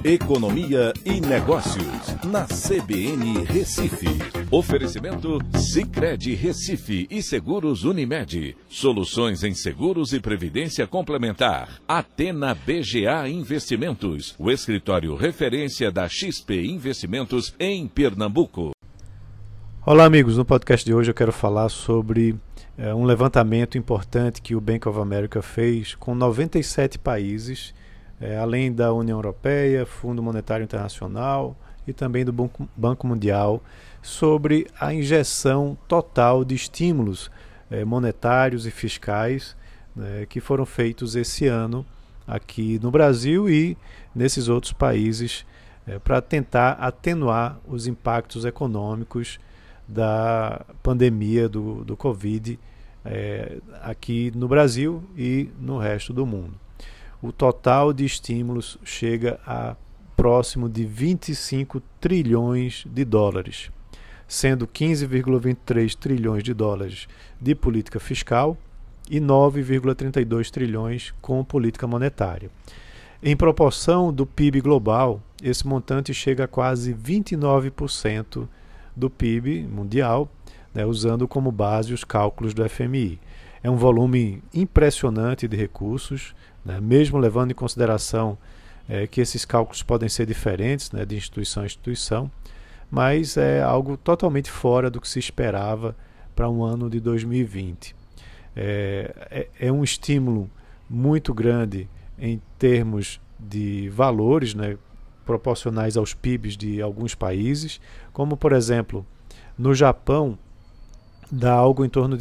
Economia e Negócios, na CBN Recife. Oferecimento Sicredi Recife e Seguros Unimed. Soluções em seguros e previdência complementar. Atena BGA Investimentos, o escritório referência da XP Investimentos em Pernambuco. Olá amigos, no podcast de hoje eu quero falar sobre um levantamento importante que o Bank of America fez com 97 países, além da União Europeia, Fundo Monetário Internacional e também do Banco Mundial, sobre a injeção total de estímulos monetários e fiscais que foram feitos esse ano aqui no Brasil e nesses outros países para tentar atenuar os impactos econômicos da pandemia do Covid aqui no Brasil e no resto do mundo. O total de estímulos chega a próximo de 25 trilhões de dólares, sendo 15,23 trilhões de dólares de política fiscal e 9,32 trilhões com política monetária. Em proporção do PIB global, esse montante chega a quase 29% do PIB mundial, usando como base os cálculos do FMI. É um volume impressionante de recursos, mesmo levando em consideração que esses cálculos podem ser diferentes de instituição a instituição, mas é algo totalmente fora do que se esperava para um ano de 2020. É um estímulo muito grande em termos de valores, proporcionais aos PIBs de alguns países, como por exemplo, no Japão, dá algo em torno de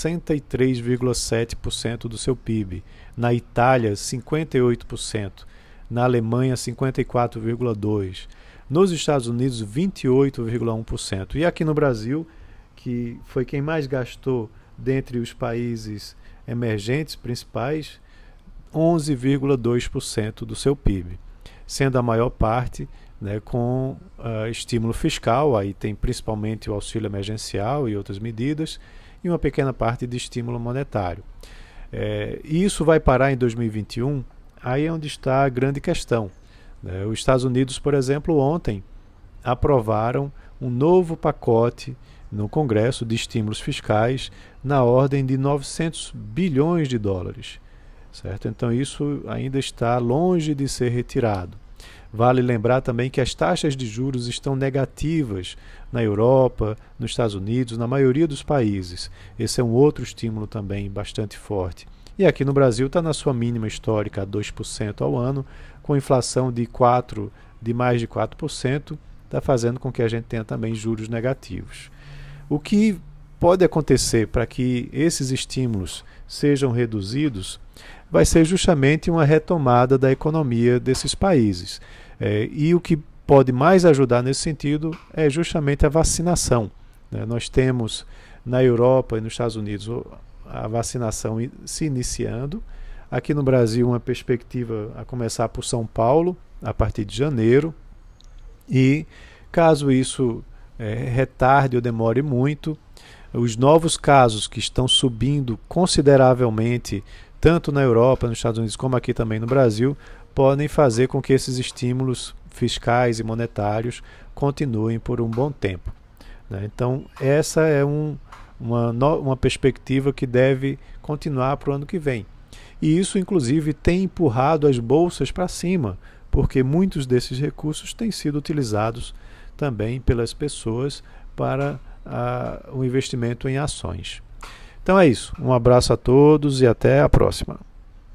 63,7% do seu PIB, na Itália 58%, na Alemanha 54,2%, nos Estados Unidos 28,1%, e aqui no Brasil, que foi quem mais gastou dentre os países emergentes principais, 11,2% do seu PIB, sendo a maior parte com estímulo fiscal, aí tem principalmente o auxílio emergencial e outras medidas, e uma pequena parte de estímulo monetário. E isso vai parar em 2021, aí é onde está a grande questão. Os Estados Unidos, por exemplo, ontem aprovaram um novo pacote no Congresso de estímulos fiscais na ordem de 900 bilhões de dólares. Certo? Então isso ainda está longe de ser retirado. Vale lembrar também que as taxas de juros estão negativas na Europa, nos Estados Unidos, na maioria dos países. Esse é um outro estímulo também bastante forte. E aqui no Brasil está na sua mínima histórica, a 2% ao ano, com inflação de mais de 4%, está fazendo com que a gente tenha também juros negativos. O que pode acontecer para que esses estímulos sejam reduzidos vai ser justamente uma retomada da economia desses países. E o que pode mais ajudar nesse sentido é justamente a vacinação. Nós temos na Europa e nos Estados Unidos a vacinação se iniciando. Aqui no Brasil, uma perspectiva a começar por São Paulo, a partir de janeiro. E caso isso retarde ou demore muito, os novos casos que estão subindo consideravelmente tanto na Europa, nos Estados Unidos, como aqui também no Brasil, podem fazer com que esses estímulos fiscais e monetários continuem por um bom tempo. Então, essa é uma perspectiva que deve continuar para o ano que vem. E isso, inclusive, tem empurrado as bolsas para cima, porque muitos desses recursos têm sido utilizados também pelas pessoas para o investimento em ações. Então é isso. Um abraço a todos e até a próxima.